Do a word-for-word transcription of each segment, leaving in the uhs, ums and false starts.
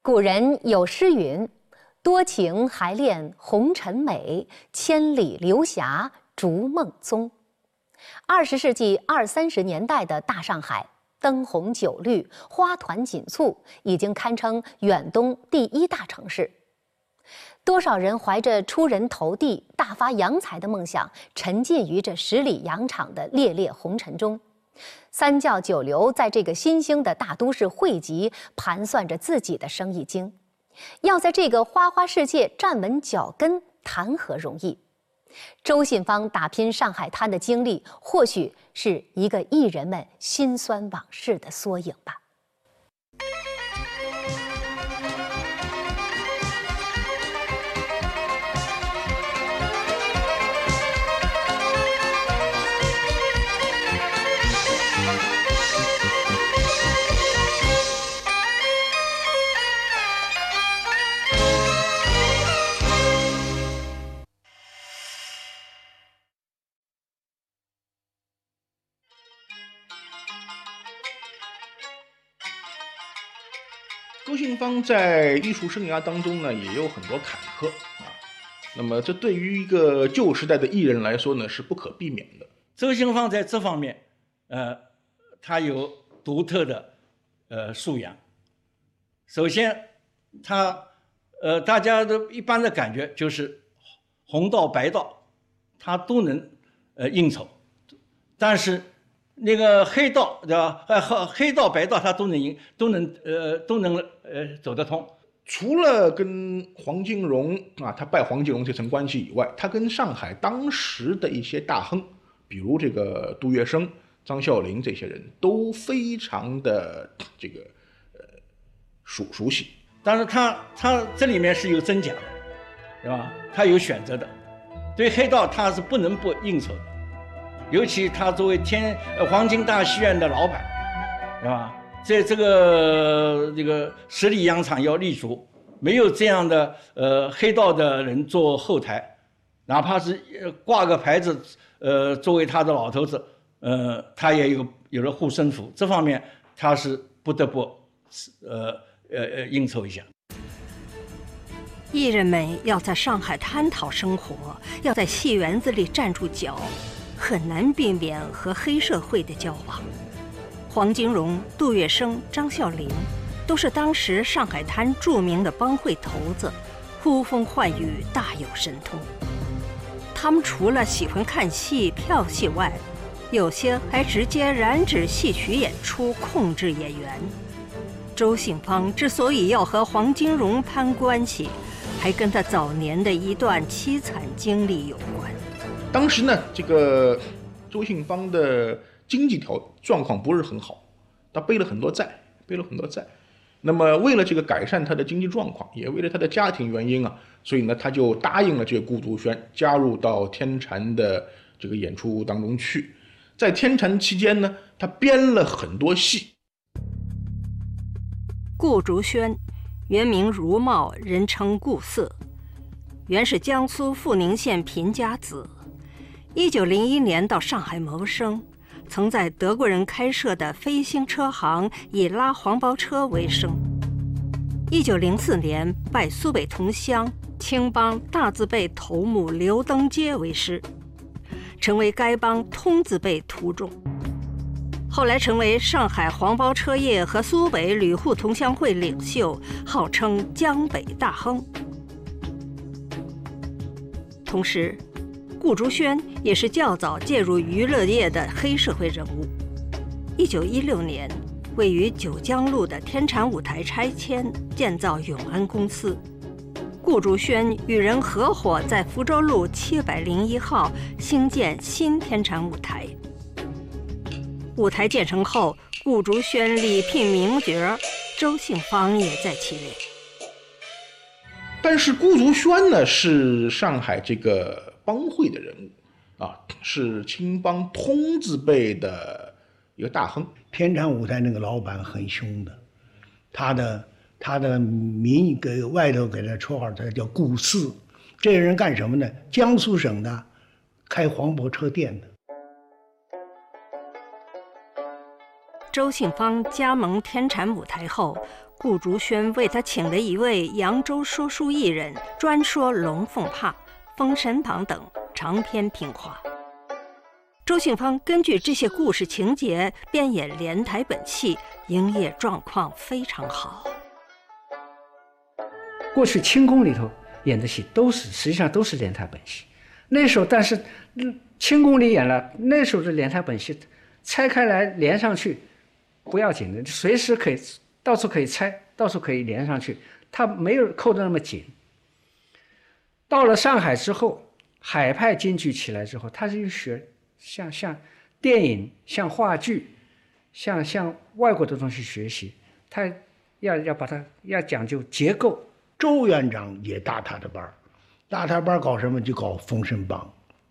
古人有诗云：“多情还恋红尘美，千里流霞逐梦踪。”二十世纪二三十年代的大上海，灯红酒绿，花团锦簇，已经堪称远东第一大城市。多少人怀着出人头地、大发洋财的梦想，沉浸于这十里洋场的烈烈红尘中。三教九流在这个新兴的大都市汇集，盘算着自己的生意经。要在这个花花世界站稳脚跟，谈何容易？周信芳打拼上海滩的经历，或许是一个艺人们辛酸往事的缩影吧。 周信芳在艺术生涯当中呢，也有很多坎坷啊。那么，这对于一个旧时代的艺人来说呢，是不可避免的。 周信芳在这方面，呃，他有独特的呃素养。首先，他呃，大家的一般的感觉就是红道白道，他都能呃应酬，但是那个黑道对吧？呃，黑道白道他都能赢，都能呃都能呃走得通。 除了跟黄金荣啊，他拜黄金荣这层关系以外，他跟上海当时的一些大亨，比如这个杜月笙、张啸林这些人都非常的这个呃熟熟悉。 但是他他这里面是有真假的，对吧？他有选择的。对黑道他是不能不应酬的。尤其他作为天呃黄金大戏院的老板，对吧？在这个这个十里洋场要立足，没有这样的呃黑道的人做后台，哪怕是挂个牌子，呃，作为他的老头子，呃，他也有有了护身符，这方面他是不得不呃呃呃应酬一下。 艺人们要在上海滩讨生活，要在戏园子里站住脚。很难避免和黑社会的交往。黄金荣、杜月笙、张啸林都是当时上海滩著名的帮会头子，呼风唤雨，大有神通。他们除了喜欢看戏、票戏外，有些还直接染指戏曲演出，控制演员。周信芳之所以要和黄金荣攀关系，还跟他早年的一段凄惨经历有关。 当时呢，这个周信芳的经济条状况不是很好，他背了很多债，背了很多债。那么为了这个改善他的经济状况，也为了他的家庭原因啊，所以呢，他就答应了这个顾竹轩加入到天蟾的这个演出当中去。在天蟾期间呢，他编了很多戏。 顾竹轩，原名如茂，人称顾色，原是江苏富宁县贫家子。一九零一年到上海谋生，曾在德国人开设的飞星车行以拉黄包车为生。一九零四年拜苏北同乡青帮大字辈头目刘登阶为师，成为该帮通字辈徒众。后来成为上海黄包车业和苏北旅户同乡会领袖，号称江北大亨。同时，顾竹轩也是较早介入娱乐业的黑社会人物。一九一六年，位于九江路的天蟾舞台拆迁建造永安公司，顾竹轩与人合伙在福州路七百零一号兴建新天蟾舞台。舞台建成后，顾竹轩礼聘名角，周信芳也在其列。 但是顾竹轩呢，是上海这个帮会的人物啊，是青帮通字辈的一个大亨。 天蟾舞台那个老板很凶的，他的他的名给外头给他绰号，他叫顾四。这个人干什么呢？江苏省的，开黄包车店的。 周信芳加盟天蟾舞台后， 顾竹轩为他请了一位扬州说书艺人，专说龙凤帕、封神榜等长篇评话。周信芳根据这些故事情节编演连台本戏，营业状况非常好。 过去清宫里头演的戏都是实际上都是连台本戏，那时候但是清宫里演了，那时候的连台本戏拆开来连上去不要紧的，随时可以到处可以拆，到处可以连上去，它没有扣得那么紧。到了上海之后，海派京剧起来之后，它是学像像电影、像话剧、像像外国的东西学习，它要要把它要讲究结构。 周院长也搭他的班儿，搭他班搞什么？就搞《封神榜》。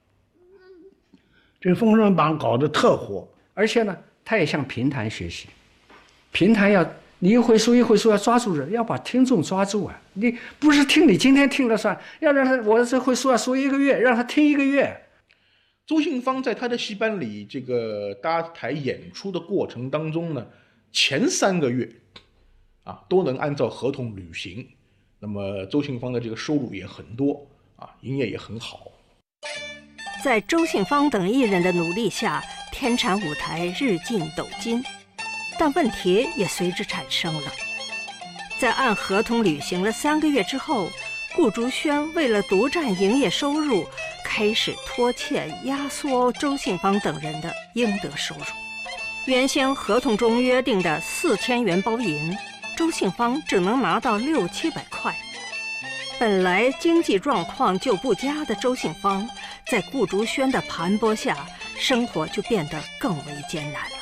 这《封神榜》搞得特火， 而且呢，他也向评弹学习。评弹要你一回书一回书要抓住人，要把听众抓住啊！你不是听你今天听了算，要让他我这回书要说一个月，让他听一个月。 周信芳在他的戏班里这个搭台演出的过程当中呢，前三个月啊都能按照合同履行。那么周信芳的这个收入也很多啊，营业也很好。 在周信芳等艺人的努力下，天蟾舞台日进斗金，但问题也随之产生了。在按合同履行了三个月之后，顾竹轩为了独占营业收入，开始拖欠压缩周信芳等人的应得收入。原先合同中约定的四千元包银，周信芳只能拿到六七百块。本来经济状况就不佳的周信芳，在顾竹轩的盘剥下，生活就变得更为艰难了。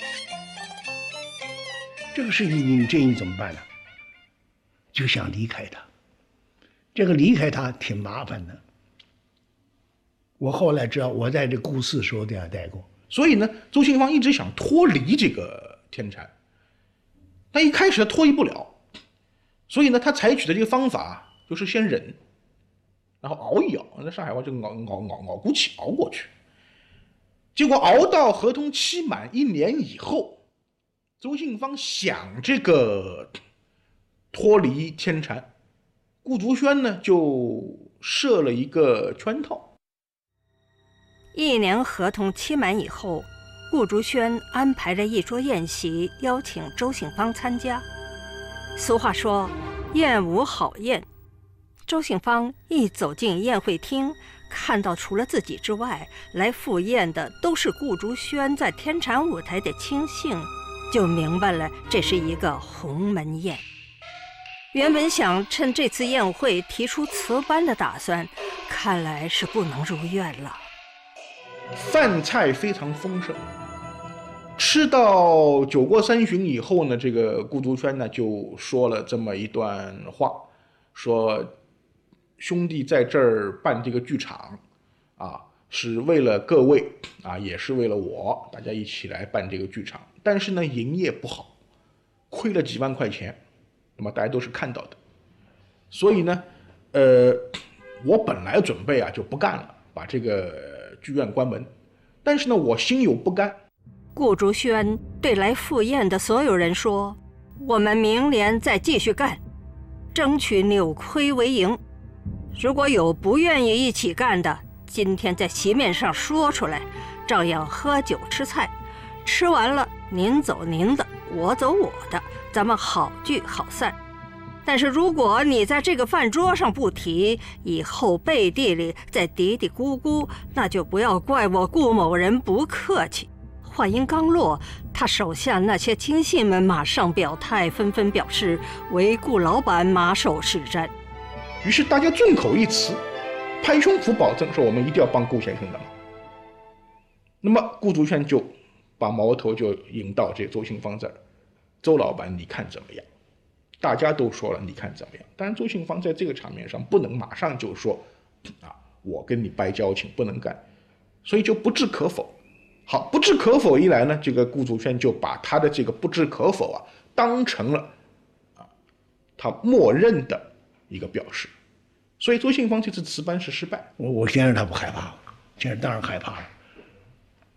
这个事情你建议怎么办呢？就想离开他。这个离开他挺麻烦的。我后来知道，我在这顾四时候这样待过。 所以呢，周信芳一直想脱离这个天蟾，但一开始他脱离不了，所以呢，他采取的这个方法就是先忍，然后熬一熬，那上海话就熬熬熬熬过去，熬过去。结果熬到合同期满一年以后，周信芳想这个脱离天蟾，顾竹轩呢就设了一个圈套。 一年合同期满以后，顾竹轩安排了一桌宴席，邀请周信芳参加。俗话说，宴无好宴。周信芳一走进宴会厅，看到除了自己之外，来赴宴的都是顾竹轩在天蟾舞台的亲信，就明白了这是一个鸿门宴。原本想趁这次宴会提出辞班的打算，看来是不能如愿了。 饭菜非常丰盛，吃到酒过三巡以后呢，这个顾竹轩呢就说了这么一段话，说兄弟在这儿办这个剧场啊，是为了各位啊，也是为了我，大家一起来办这个剧场。但是呢，营业不好，亏了几万块钱，那么大家都是看到的。所以呢，呃，我本来准备啊就不干了，把这个剧院关门。但是呢，我心有不甘。 顾竹轩对来赴宴的所有人说：“我们明年再继续干，争取扭亏为盈。如果有不愿意一起干的，今天在席面上说出来，照样喝酒吃菜。吃完了，您走您的，我走我的，咱们好聚好散。但是如果你在这个饭桌上不提，以后背地里再嘀嘀咕咕，那就不要怪我顾某人不客气。”话音刚落，他手下那些亲信们马上表态，纷纷表示为顾老板马首是瞻。 于是大家众口一词，拍胸脯保证说我们一定要帮顾先生的忙。那么顾竹轩就把矛头就引到这周信芳这儿，周老板你看怎么样？大家都说了你看怎么样？当然周信芳在这个场面上不能马上就说啊，我跟你掰交情不能干，所以就不置可否。好，不置可否一来呢，这个顾竹轩就把他的这个不置可否啊当成了啊他默认的一个表示。所以周信芳这次辞班是失败。 我我先生他不害怕，先生当然害怕了。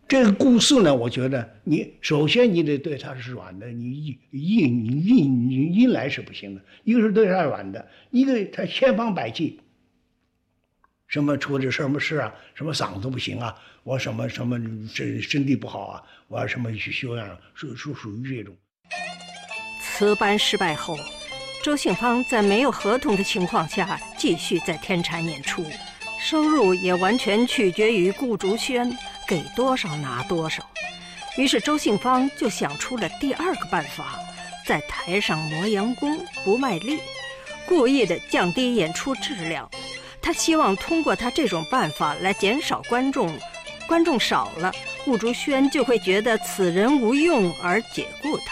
这个故事呢，我觉得你首先你得对它是软的，你硬你硬你硬来是不行的。一个是对它软的，一个它千方百计，什么出的什么事啊，什么嗓子不行啊，我什么什么身身体不好啊，我要什么去修养，属属属于这种。 辞班失败后，周信芳在没有合同的情况下继续在天蟾演出，收入也完全取决于顾竹轩给多少拿多少。于是周信芳就想出了第二个办法，在台上磨洋工不卖力，故意的降低演出质量。他希望通过他这种办法来减少观众，观众少了，顾竹轩就会觉得此人无用而解雇他。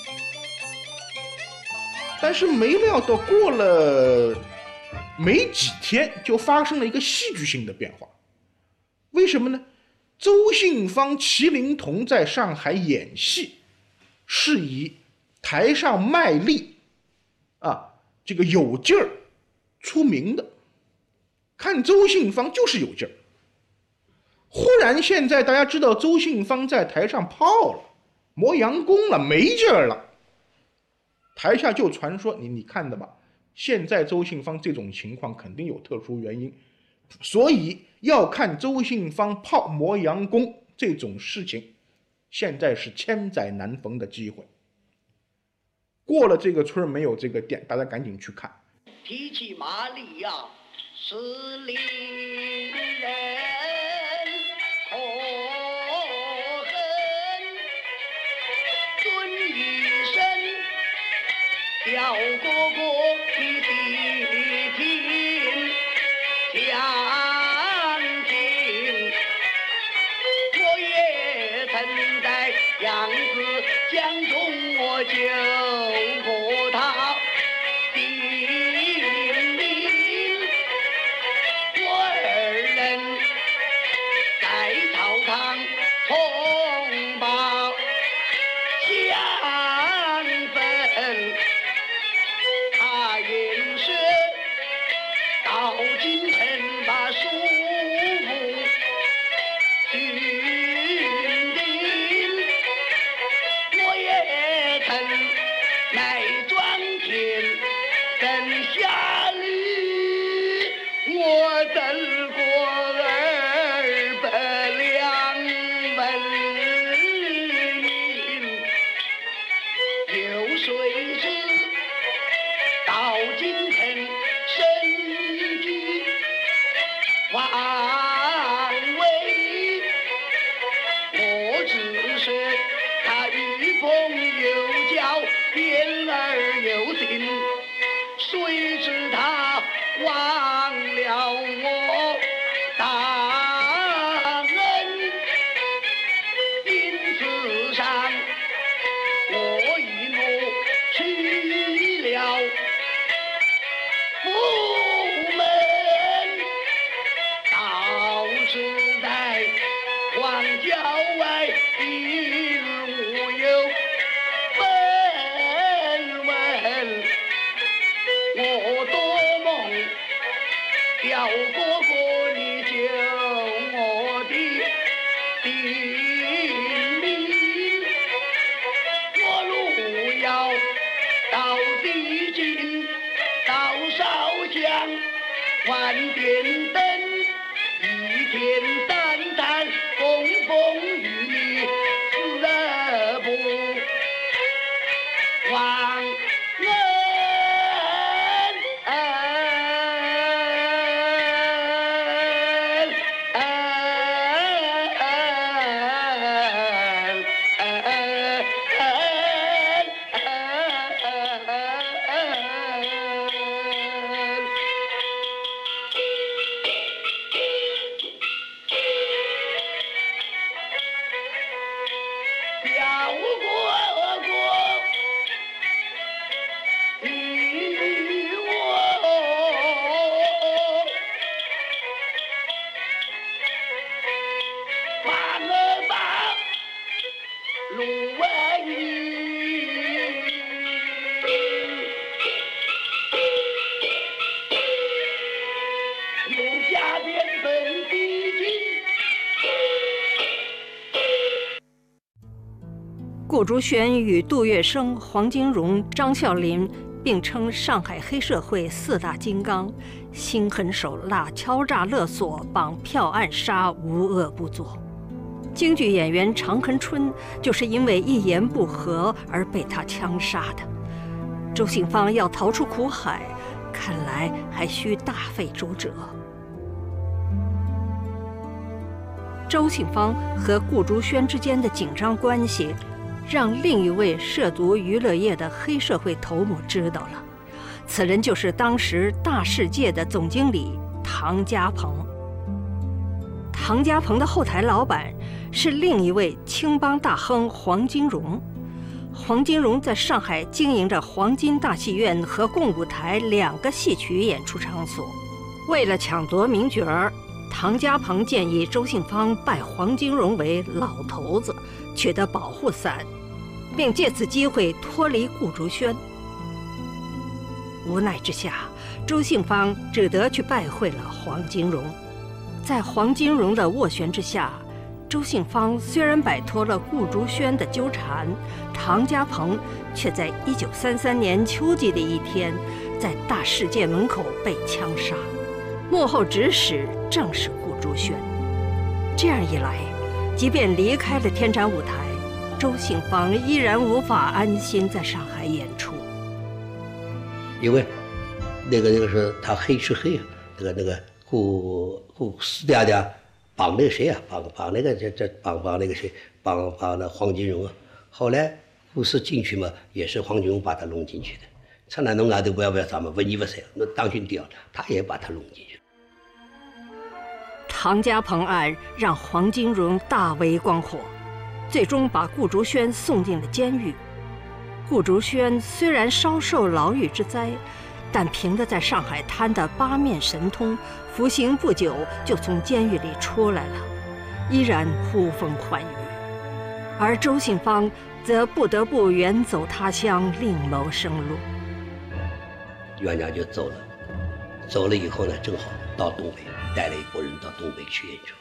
但是没料到过了没几天，就发生了一个戏剧性的变化。为什么呢？周信芳、麒麟童在上海演戏，是以台上卖力啊，这个有劲儿出名的。看周信芳就是有劲儿。忽然现在大家知道周信芳在台上泡了，磨洋工了，没劲儿了。台下就传说你你看的吧，现在周信芳这种情况肯定有特殊原因，所以要看周信芳泡磨洋工这种事情，现在是千载难逢的机会。过了这个村没有这个店，大家赶紧去看。 提起马里呀、啊，是令人可恨，尊一声表哥哥你细听详听，我也曾在扬子江中我救过他。谁知他忘了我大恩，因此上我一怒去了府门，导致在荒郊外一日无有分文。我多梦表哥哥你救我的性命，我路要到地尽，到烧香万点灯，一天三餐风风雨雨，死不忘恩。 顾竹轩与杜月笙、黄金荣、张啸林并称上海黑社会四大金刚，心狠手辣、敲诈勒索、绑票暗杀，无恶不作。京剧演员常恒春就是因为一言不合而被他枪杀的。周信芳要逃出苦海，看来还需大费周折。周信芳和顾竹轩之间的紧张关系，让另一位涉足娱乐业的黑社会头目知道了。此人就是当时大世界的总经理唐家鹏。唐家鹏的后台老板是另一位青帮大亨黄金荣。黄金荣在上海经营着黄金大戏院和共舞台两个戏曲演出场所。为了抢夺名角儿，唐家鹏建议周信芳拜黄金荣为老头子，取得保护伞，并借此机会脱离顾竹轩。无奈之下，周信芳只得去拜会了黄金荣。在黄金荣的斡旋之下，周信芳虽然摆脱了顾竹轩的纠缠，唐家鹏却在一九三三年秋季的一天，在大世界门口被枪杀。幕后指使正是顾竹轩。这样一来，即便离开了天展舞台，周信芳依然无法安心在上海演出。 因为那个那个是他黑吃黑啊，那个那个顾顾四爹爹绑那个谁啊，绑绑那个这这绑绑那个谁，绑绑那黄金荣啊。后来顾四进去嘛，也是黄金荣把他弄进去的。从来弄俺都不要不要咱们文艺不噻，那当军调他也把他弄进去。 唐家鹏案让黄金荣大为光火，最终把顾竹轩送进了监狱。顾竹轩虽然稍受牢狱之灾，但凭着在上海滩的八面神通，服刑不久就从监狱里出来了，依然呼风唤雨。而周信芳则不得不远走他乡，另谋生路。 冤家就走了，走了以后呢，正好到东北，带了一拨人到东北去演出。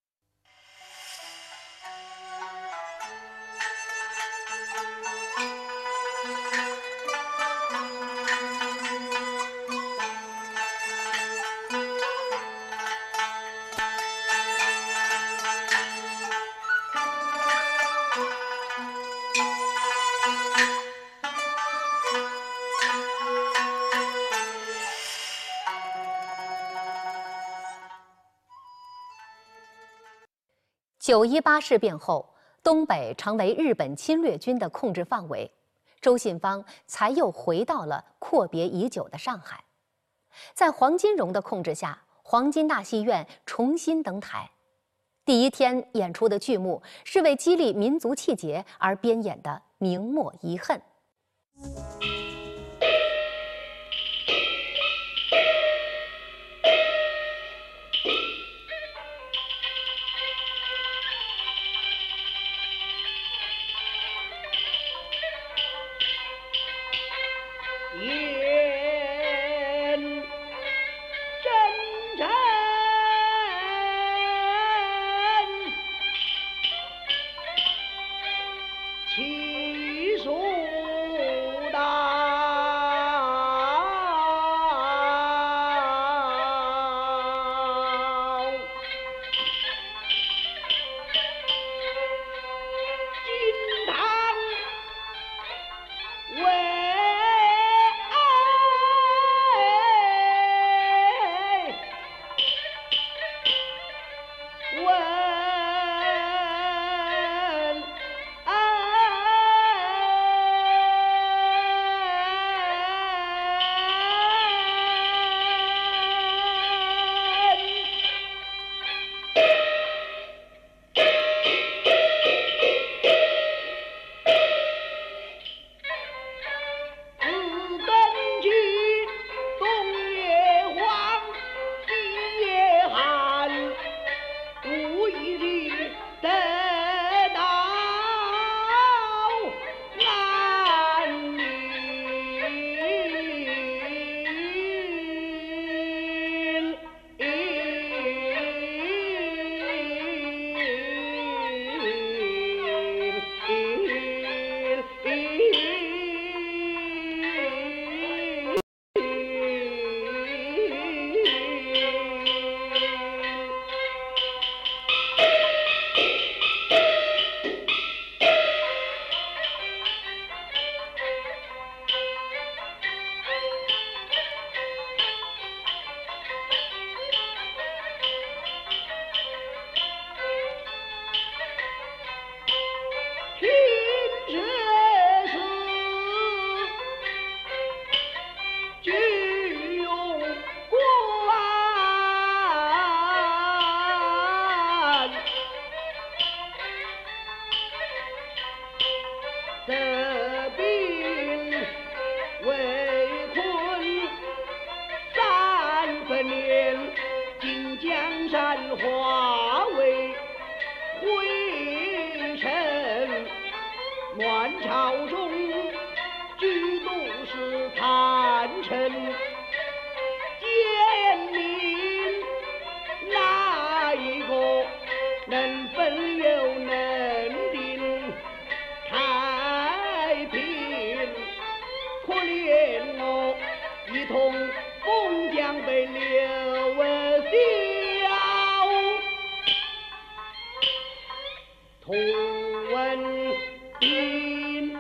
九一八事变后，东北成为日本侵略军的控制范围，周信芳才又回到了阔别已久的上海。在黄金荣的控制下，黄金大戏院重新登台。第一天演出的剧目是为激励民族气节而编演的《明末遗恨》。 气数大。 化为灰尘，乱朝中居都是贪臣，奸民哪一个能分忧能定太平？可怜我一同封疆被流掉，图闻兵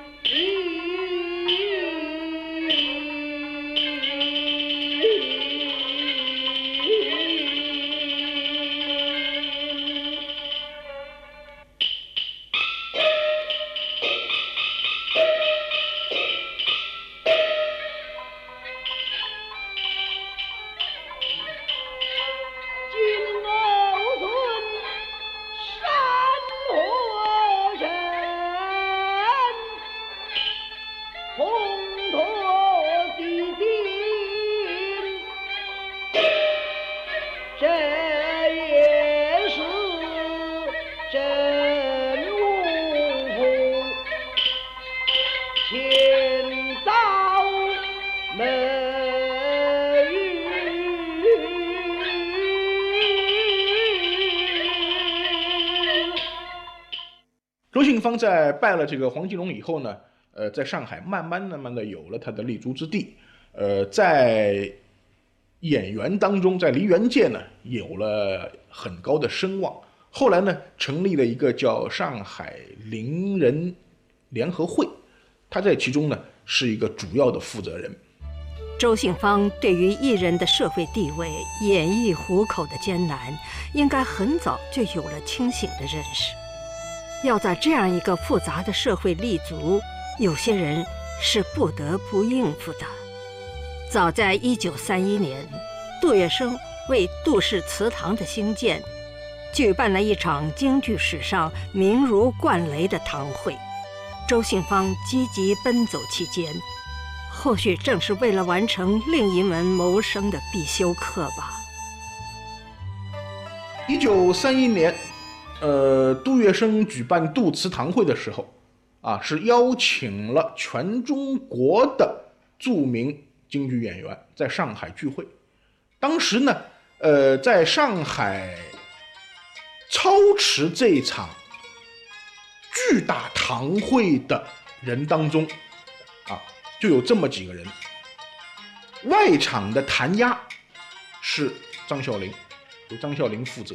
周信芳在拜了这个黄金荣以后呢，呃，在上海慢慢慢慢的有了他的立足之地，呃，在演员当中，在梨园界呢有了很高的声望。后来呢，成立了一个叫上海伶人联合会，他在其中呢是一个主要的负责人。 周信芳对于艺人的社会地位、演绎糊口的艰难，应该很早就有了清醒的认识。要在这样一个复杂的社会立足，有些人是不得不应付的。早在一九三一年，杜月笙为杜氏祠堂的兴建，举办了一场京剧史上名如冠雷的堂会。周信芳积极奔走其间，或许正是为了完成另一门谋生的必修课吧。 一九三一年。呃，杜月笙举办杜祠堂会的时候，啊，是邀请了全中国的著名京剧演员在上海聚会。当时呢，呃，在上海操持这一场巨大堂会的人当中，啊，就有这么几个人。外场的弹压是张啸林，由张啸林负责。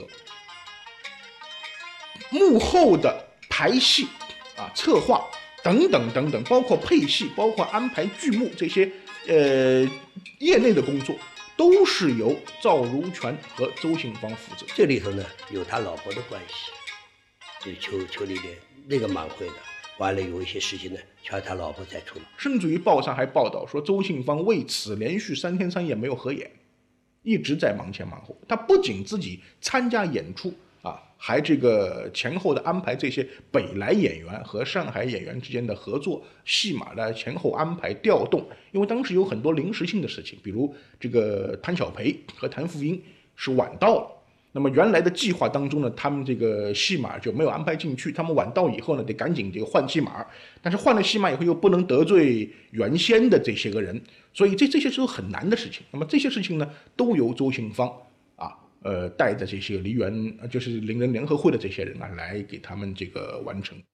幕后的排戏啊、策划等等等等，包括配戏、包括安排剧目这些呃业内的工作，都是由赵如权和周信芳负责。 这里头呢有他老婆的关系，就是邱邱丽莲那个蛮会的。完了有一些事情呢，全他老婆在处理。 甚至于报上还报道说，周信芳为此连续三天三夜没有合眼，一直在忙前忙后。他不仅自己参加演出。啊，还这个前后的安排这些北来演员和上海演员之间的合作，戏码的前后安排调动，因为当时有很多临时性的事情，比如这个谭小培和谭富英是晚到了，那么原来的计划当中呢，他们这个戏码就没有安排进去，他们晚到以后呢，得赶紧这个换戏码，但是换了戏码以后又不能得罪原先的这些个人，所以这这些是很难的事情。那么这些事情呢，都由周信芳啊。呃，带着这些梨园，就是伶人联合会的这些人啊，来给他们这个完成。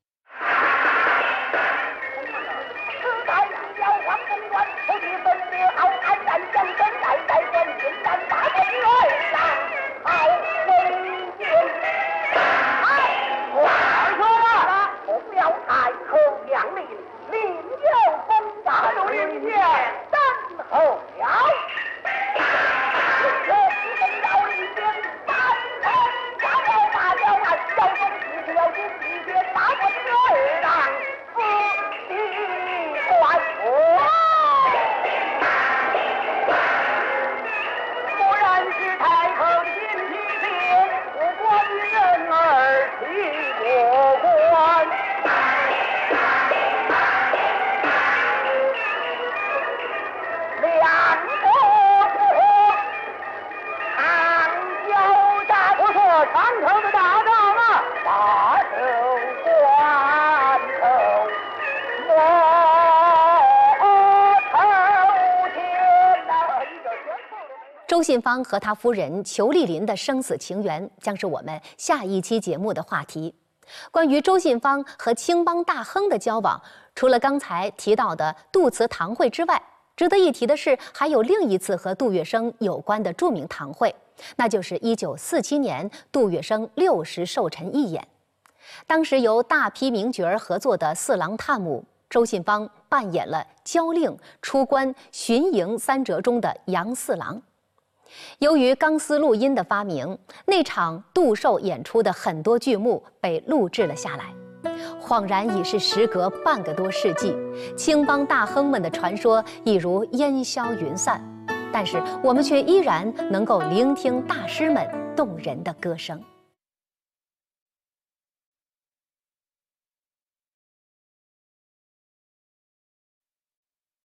打我上头的大帐啊，把手关头，莫头前呐，一个拳头。 周信芳和他夫人裘丽琳的生死情缘将是我们下一期节目的话题。关于周信芳和青帮大亨的交往，除了刚才提到的杜祠堂会之外，值得一提的是，还有另一次和杜月笙有关的著名堂会，那就是一九四七年杜月笙六十寿辰义演。当时由大批名角儿合作的四郎探母，周信芳扮演了交令、出关、巡营三折中的杨四郎。由于钢丝录音的发明，那场杜寿演出的很多剧目被录制了下来。恍然已是时隔半个多世纪，青帮大亨们的传说已如烟消云散，但是我们却依然能够聆听大师们动人的歌声。